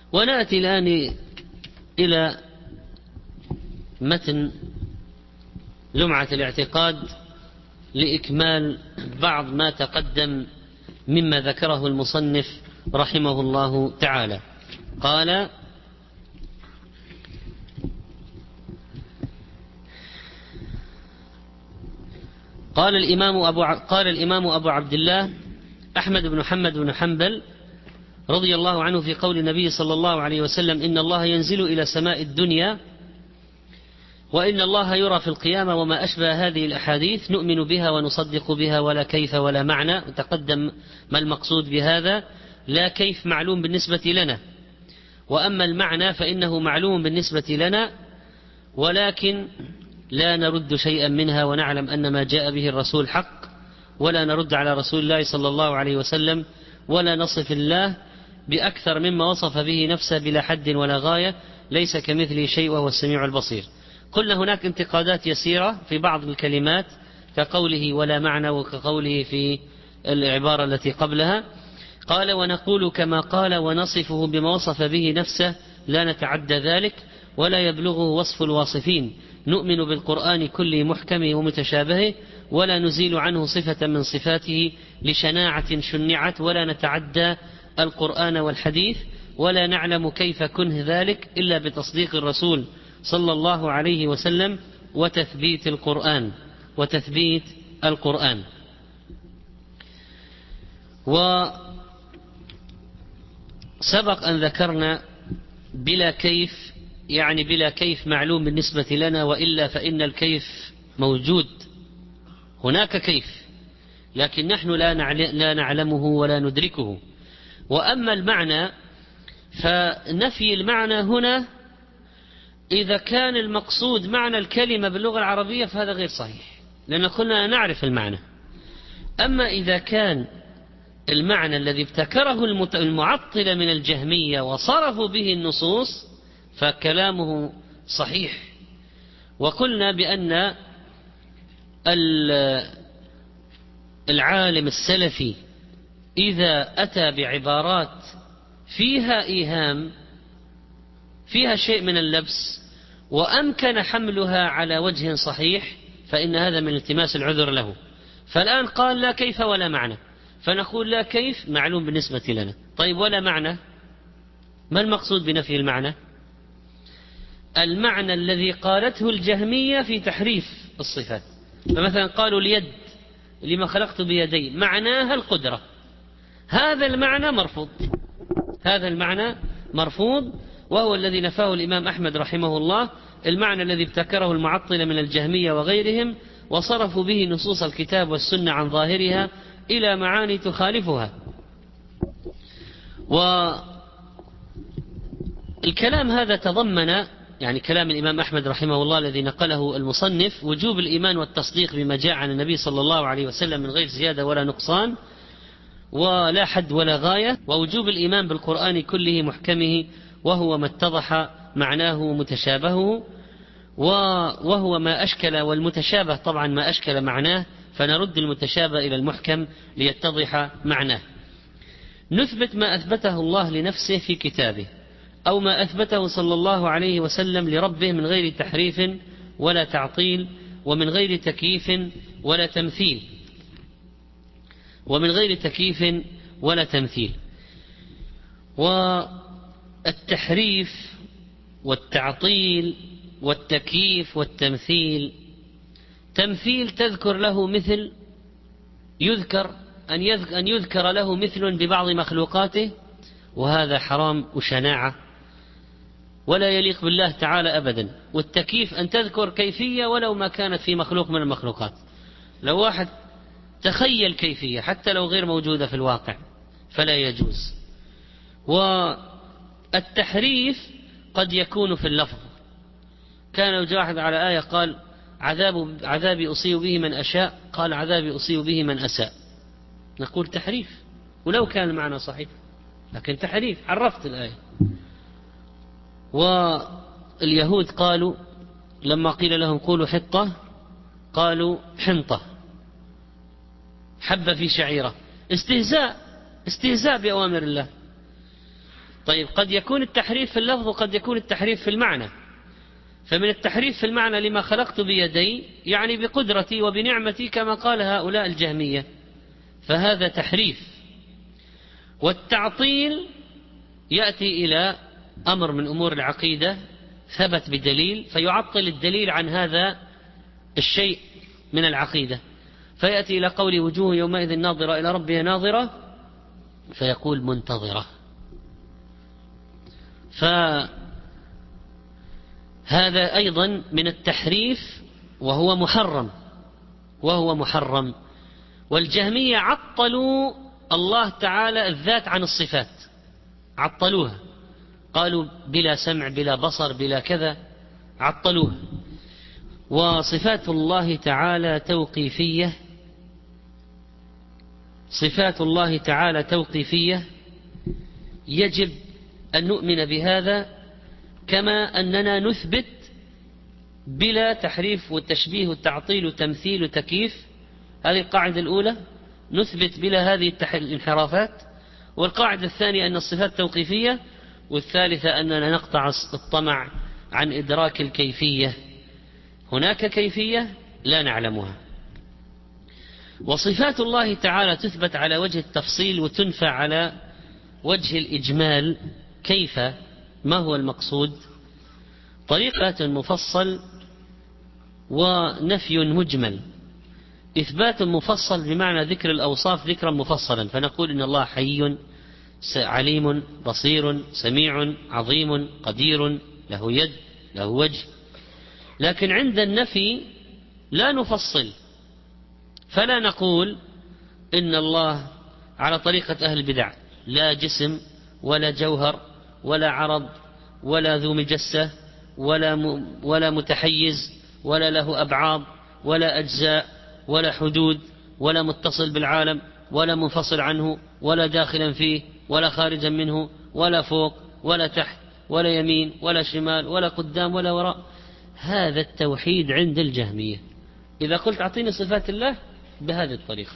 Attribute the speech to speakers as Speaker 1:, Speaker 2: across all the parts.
Speaker 1: ونأتي الآن إلى متن لمعة الاعتقاد لإكمال بعض ما تقدم مما ذكره المصنف رحمه الله تعالى. قال الإمام أبو عبد الله أحمد بن محمد بن حنبل رضي الله عنه في قول النبي صلى الله عليه وسلم: إن الله ينزل إلى سماء الدنيا وإن الله يرى في القيامة وما أشبه هذه الأحاديث نؤمن بها ونصدق بها ولا كيف ولا معنى. وتقدم ما المقصود بهذا. لا كيف معلوم بالنسبة لنا، وأما المعنى فإنه معلوم بالنسبة لنا، ولكن لا نرد شيئا منها، ونعلم أن ما جاء به الرسول حق، ولا نرد على رسول الله صلى الله عليه وسلم، ولا نصف الله بأكثر مما وصف به نفسه بلا حد ولا غاية، ليس كمثله شيء وهو السميع البصير. قلنا هناك انتقادات يسيرة في بعض الكلمات كقوله ولا معنى، وكقوله في العبارة التي قبلها. قال: ونقول كما قال ونصفه بما وصف به نفسه، لا نتعدى ذلك ولا يبلغه وصف الواصفين. نؤمن بالقرآن كله محكمه ومتشابهه، ولا نزيل عنه صفة من صفاته لشناعة شنعت، ولا نتعدى القرآن والحديث، ولا نعلم كيف كنه ذلك إلا بتصديق الرسول صلى الله عليه وسلم وتثبيت القرآن. وسبق أن ذكرنا بلا كيف، يعني بلا كيف معلوم بالنسبة لنا، وإلا فإن الكيف موجود، هناك كيف، لكن نحن لا نعلمه ولا ندركه. وأما المعنى فنفي المعنى هنا إذا كان المقصود معنى الكلمة باللغة العربية فهذا غير صحيح، لأن كنا نعرف المعنى. أما إذا كان المعنى الذي ابتكره المعطل من الجهمية وصرفوا به النصوص فكلامه صحيح. وقلنا بأن العالم السلفي إذا أتى بعبارات فيها إيهام، فيها شيء من اللبس، وأمكن حملها على وجه صحيح، فإن هذا من التماس العذر له. فالآن قال لا كيف ولا معنى، فنقول لا كيف معلوم بالنسبة لنا. طيب ولا معنى؟ ما المقصود بنفي المعنى؟ المعنى الذي قالته الجهمية في تحريف الصفات. فمثلا قالوا اليد لما خلقت بيدي معناها القدرة، هذا المعنى مرفوض، وهو الذي نفاه الإمام أحمد رحمه الله، المعنى الذي ابتكره المعطل من الجهمية وغيرهم، وصرفوا به نصوص الكتاب والسنة عن ظاهرها إلى معاني تخالفها. والكلام هذا تضمن، يعني كلام الإمام أحمد رحمه الله الذي نقله المصنف، وجوب الإيمان والتصديق بما جاء عن النبي صلى الله عليه وسلم من غير زيادة ولا نقصان ولا حد ولا غاية، ووجوب الإيمان بالقرآن كله محكمه وهو ما اتضح معناه متشابهه، وهو ما أشكل، والمتشابه طبعا ما أشكل معناه، فنرد المتشابه إلى المحكم ليتضح معناه. نثبت ما أثبته الله لنفسه في كتابه، أو ما أثبته صلى الله عليه وسلم لربه من غير تحريف ولا تعطيل، ومن غير تكييف ولا تمثيل. والتحريف والتعطيل والتكييف والتمثيل، تمثيل تذكر له مثل، أن يذكر له مثل ببعض مخلوقاته، وهذا حرام وشناعة ولا يليق بالله تعالى أبدا. والتكييف أن تذكر كيفية ولو ما كانت في مخلوق من المخلوقات، لو واحد تخيل كيفية حتى لو غير موجودة في الواقع فلا يجوز. والتحريف قد يكون في اللفظ، كان لو جاء أحد على آية قال عذابي أصيب به من أشاء، قال عذابي أصيب به من أساء، نقول تحريف ولو كان المعنى صحيح، لكن تحريف، عرفت الآية. واليهود قالوا لما قيل لهم قولوا حطة قالوا حنطة، حبة في شعيرة، استهزاء بأوامر الله. طيب قد يكون التحريف في اللفظ وقد يكون التحريف في المعنى. فمن التحريف في المعنى لما خلقت بيدي يعني بقدرتي وبنعمتي كما قال هؤلاء الجهمية، فهذا تحريف. والتعطيل يأتي إلى أمر من أمور العقيدة ثبت بدليل فيعطل الدليل عن هذا الشيء من العقيدة، فيأتي إلى قول وجوه يومئذ ناظرة إلى ربها ناظرة فيقول منتظرة. فهذا أيضا من التحريف وهو محرم. والجهمية عطلوا الله تعالى الذات عن الصفات، عطلوها، قالوا بلا سمع بلا بصر بلا كذا، عطلوها. وصفات الله تعالى توقيفية، صفات الله تعالى توقيفية، يجب أن نؤمن بهذا كما أننا نثبت بلا تحريف وتشبيه وتعطيل وتمثيل وتكييف. هذه القاعدة الأولى، نثبت بلا هذه الانحرافات. والقاعدة الثانية أن الصفات توقيفية. والثالثة أننا نقطع الطمع عن إدراك الكيفية، هناك كيفية لا نعلمها. وصفات الله تعالى تثبت على وجه التفصيل وتنفى على وجه الإجمال. كيف؟ ما هو المقصود؟ طريقة مفصل ونفي مجمل. إثبات مفصل بمعنى ذكر الأوصاف ذكرا مفصلا، فنقول إن الله حي عليم بصير سميع عظيم قدير له يد له وجه. لكن عند النفي لا نفصل، فلا نقول إن الله على طريقة أهل البدع لا جسم ولا جوهر ولا عرض ولا ذو مجسة ولا متحيز ولا له أبعاض ولا أجزاء ولا حدود ولا متصل بالعالم ولا منفصل عنه ولا داخلا فيه ولا خارجا منه ولا فوق ولا تحت ولا يمين ولا شمال ولا قدام ولا وراء. هذا التوحيد عند الجهمية. إذا قلت أعطيني صفات الله بهذه الطريقة،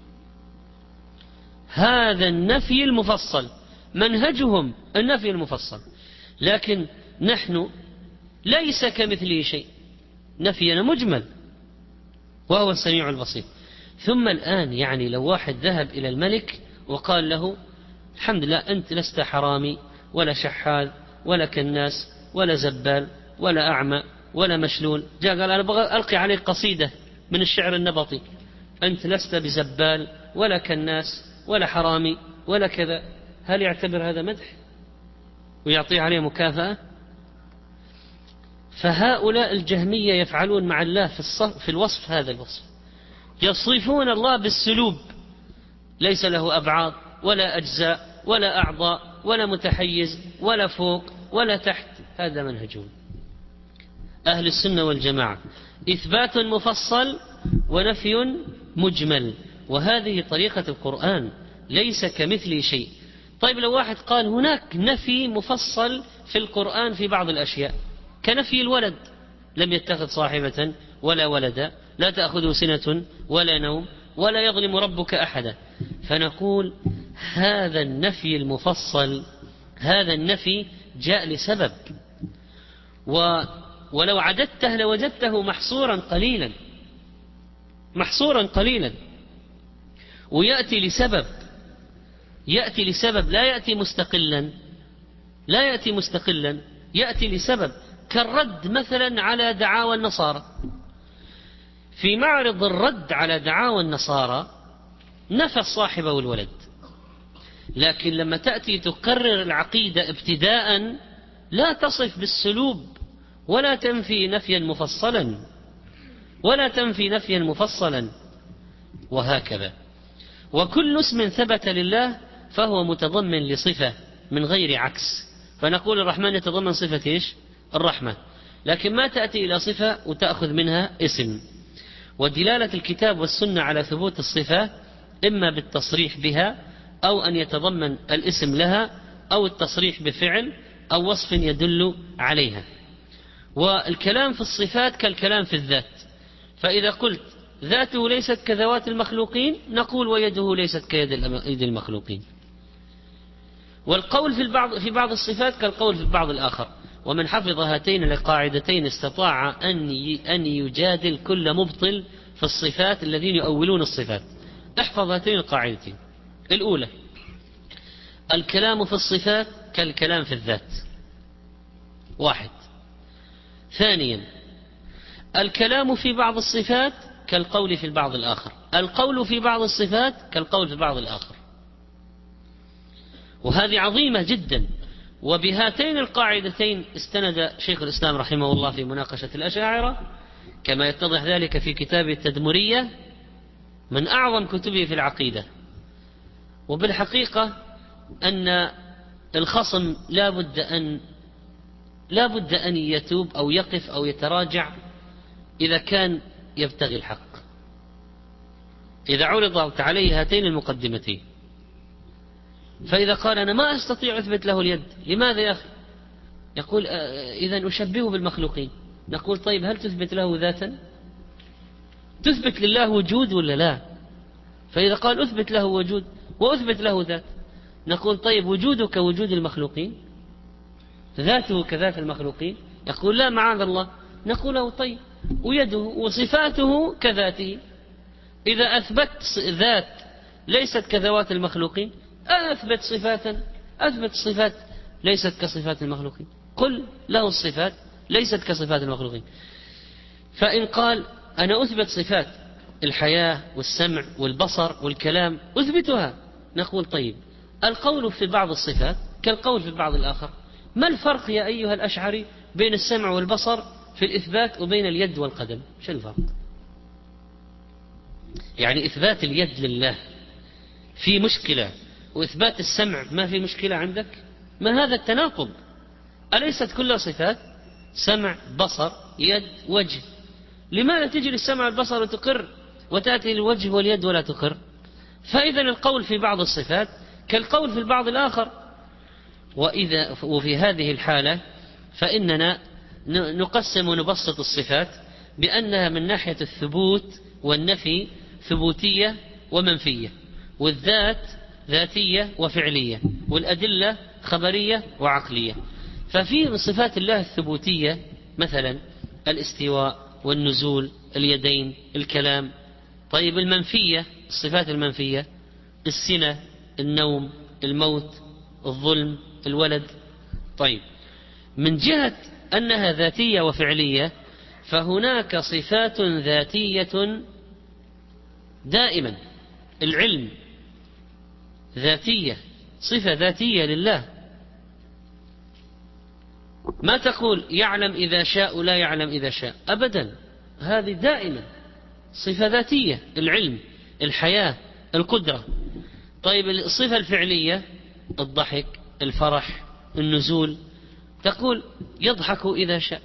Speaker 1: هذا النفي المفصل، منهجهم النفي المفصل. لكن نحن ليس كمثله شيء، نفينا مجمل وهو السميع البصير. ثم الآن يعني لو واحد ذهب إلى الملك وقال له الحمد لله أنت لست حرامي ولا شحاذ ولا كناس ولا زبال ولا أعمى ولا مشلول، جاء قال أنا أبغى ألقي عليك قصيدة من الشعر النبطي، أنت لست بزبال ولا كناس ولا حرامي ولا كذا، هل يعتبر هذا مدح ويعطيه عليه مكافأة؟ فهؤلاء الجهمية يفعلون مع الله في الوصف هذا الوصف، يصفون الله بالسلوب، ليس له أبعاض ولا أجزاء ولا أعضاء ولا متحيز ولا فوق ولا تحت. هذا منهجهم أهل السنة والجماعة، إثبات مفصل ونفي مجمل، وهذه طريقة القرآن، ليس كمثله شيء. طيب لو واحد قال هناك نفي مفصل في القرآن في بعض الأشياء كنفي الولد، لم يتخذ صاحبة ولا ولدا، لا تأخذه سنة ولا نوم ولا يظلم ربك أحدا، فنقول هذا النفي المفصل، هذا النفي جاء لسبب، ولو عددته لوجدته محصورا قليلا، ويأتي لسبب، لا يأتي مستقلا، يأتي لسبب، كالرد مثلا على دعاوى النصارى. في معرض الرد على دعاوى النصارى نفى الصاحب والولد، لكن لما تأتي تقرر العقيدة ابتداء لا تصف بالسلوب ولا تنفي نفيا مفصلا وهكذا. وكل اسم ثبت لله فهو متضمن لصفة من غير عكس، فنقول الرحمن يتضمن صفة إيش؟ الرحمة، لكن ما تأتي إلى صفة وتأخذ منها اسم. ودلالة الكتاب والسنة على ثبوت الصفة إما بالتصريح بها أو أن يتضمن الاسم لها أو التصريح بفعل أو وصف يدل عليها. والكلام في الصفات كالكلام في الذات، فإذا قلت ذاته ليست كذوات المخلوقين نقول ويده ليست كيد المخلوقين. والقول في بعض الصفات كالقول في البعض الآخر. ومن حفظ هاتين القاعدتين استطاع أن يجادل كل مبطل في الصفات الذين يؤولون الصفات. احفظ هاتين القاعدتين. الأولى: الكلام في الصفات كالكلام في الذات. واحد. ثانيا: الكلام في بعض الصفات كالقول في البعض الآخر. القول في بعض الصفات كالقول في البعض الآخر. وهذه عظيمة جدا. وبهاتين القاعدتين استند شيخ الإسلام رحمه الله في مناقشة الأشاعرة، كما يتضح ذلك في كتابه التدمرية من أعظم كتبه في العقيدة. وبالحقيقة أن الخصم لا بد أن يتوب أو يقف أو يتراجع إذا كان يبتغي الحق. إذا عرضت عليه هاتين المقدمتين، فإذا قال أنا ما أستطيع أثبت له اليد، لماذا يا أخي؟ يقول إذن أشبهه بالمخلوقين. نقول طيب هل تثبت له ذاتا؟ تثبت لله وجود ولا لا؟ فإذا قال أثبت له وجود وأثبت له ذات، نقول طيب وجوده كوجود المخلوقين، ذاته كذات المخلوقين؟ يقول لا معاذ الله. نقول له طيب ويده وصفاته كذاته. إذا أثبت ذات ليست كذوات المخلوقين، أثبت صفات ليست كصفات المخلوقين. قل له الصفات ليست كصفات المخلوقين. فإن قال أنا أثبت صفات الحياة والسمع والبصر والكلام أثبتها، نقول طيب القول في بعض الصفات كالقول في بعض الآخر. ما الفرق يا أيها الأشعري بين السمع والبصر في الإثبات وبين اليد والقدم؟ شو الفرق؟ يعني إثبات اليد لله في مشكلة، وإثبات السمع ما في مشكلة عندك؟ ما هذا التناقض؟ أليست كل صفات سمع بصر يد وجه؟ لماذا تجري السمع والبصر وتقر، وتأتي الوجه واليد ولا تقر؟ فإذا القول في بعض الصفات كالقول في البعض الآخر. وفي هذه الحالة فإننا نقسم ونبسط الصفات بأنها من ناحية الثبوت والنفي ثبوتية ومنفية، والذات ذاتية وفعلية، والأدلة خبرية وعقلية. ففي صفات الله الثبوتية مثلا الاستواء والنزول اليدين الكلام. طيب المنفية، الصفات المنفية السنة النوم الموت الظلم الولد. طيب من جهة أنها ذاتية وفعلية فهناك صفات ذاتية دائما. العلم ذاتية، صفة ذاتية لله. ما تقول يعلم إذا شاء ولا يعلم إذا شاء، أبدا، هذه دائما صفة ذاتية. العلم الحياة القدرة. طيب الصفة الفعلية الضحك الفرح النزول، تقول يضحك إذا شاء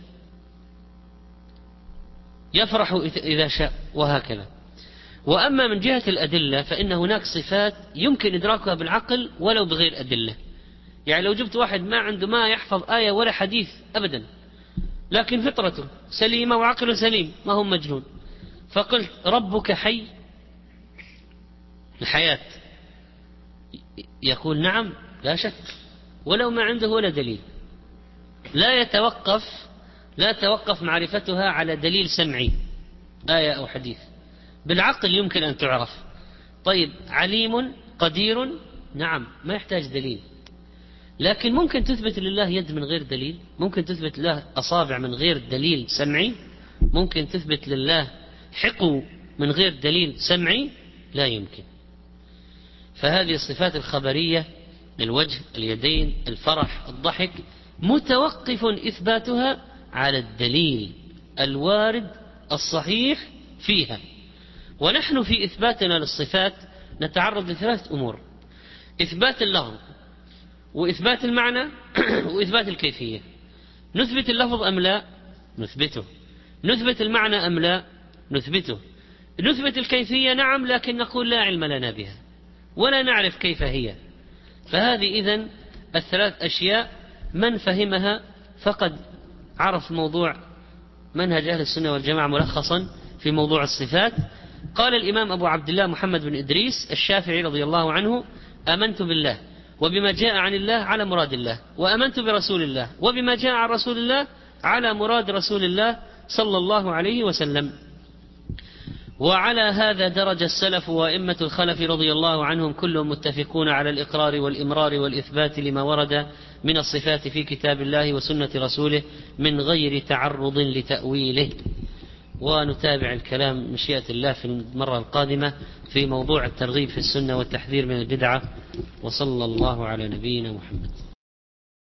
Speaker 1: يفرح إذا شاء وهكذا. وأما من جهة الأدلة فإن هناك صفات يمكن إدراكها بالعقل ولو بغير أدلة. يعني لو جبت واحد ما عنده ما يحفظ آية ولا حديث أبدا، لكن فطرته سليمة وعقله سليم ما هو مجنون، فقلت ربك حي الحياة، يقول نعم لا شك، ولو ما عنده ولا دليل. لا توقف معرفتها على دليل سمعي آية أو حديث، بالعقل يمكن أن تعرف. طيب عليم قدير، نعم ما يحتاج دليل. لكن ممكن تثبت لله يد من غير دليل، ممكن تثبت له أصابع من غير دليل سمعي، ممكن تثبت لله حقو من غير دليل سمعي، لا يمكن. فهذه الصفات الخبرية الوجه اليدين الفرح الضحك متوقف إثباتها على الدليل الوارد الصحيح فيها. ونحن في إثباتنا للصفات نتعرض لثلاث أمور: إثبات اللفظ وإثبات المعنى وإثبات الكيفية. نثبت اللفظ أم لا؟ نثبته. نثبت المعنى أم لا؟ نثبته. نثبت الكيفية نعم، لكن نقول لا علم لنا بها ولا نعرف كيف هي. فهذه إذن الثلاث أشياء من فهمها فقد عرف موضوع منهج أهل السنة والجماعة ملخصا في موضوع الصفات. قال الإمام أبو عبد الله محمد بن إدريس الشافعي رضي الله عنه: آمنت بالله وبما جاء عن الله على مراد الله، وآمنت برسول الله وبما جاء عن رسول الله على مراد رسول الله صلى الله عليه وسلم. وعلى هذا درج السلف وأئمة الخلف رضي الله عنهم كلهم متفقون على الإقرار والإمرار والإثبات لما ورد من الصفات في كتاب الله وسنة رسوله من غير تعرض لتأويله. ونتابع الكلام مشيئة الله في المرة القادمة في موضوع الترغيب في السنة والتحذير من البدعة. وصلى الله على نبينا محمد.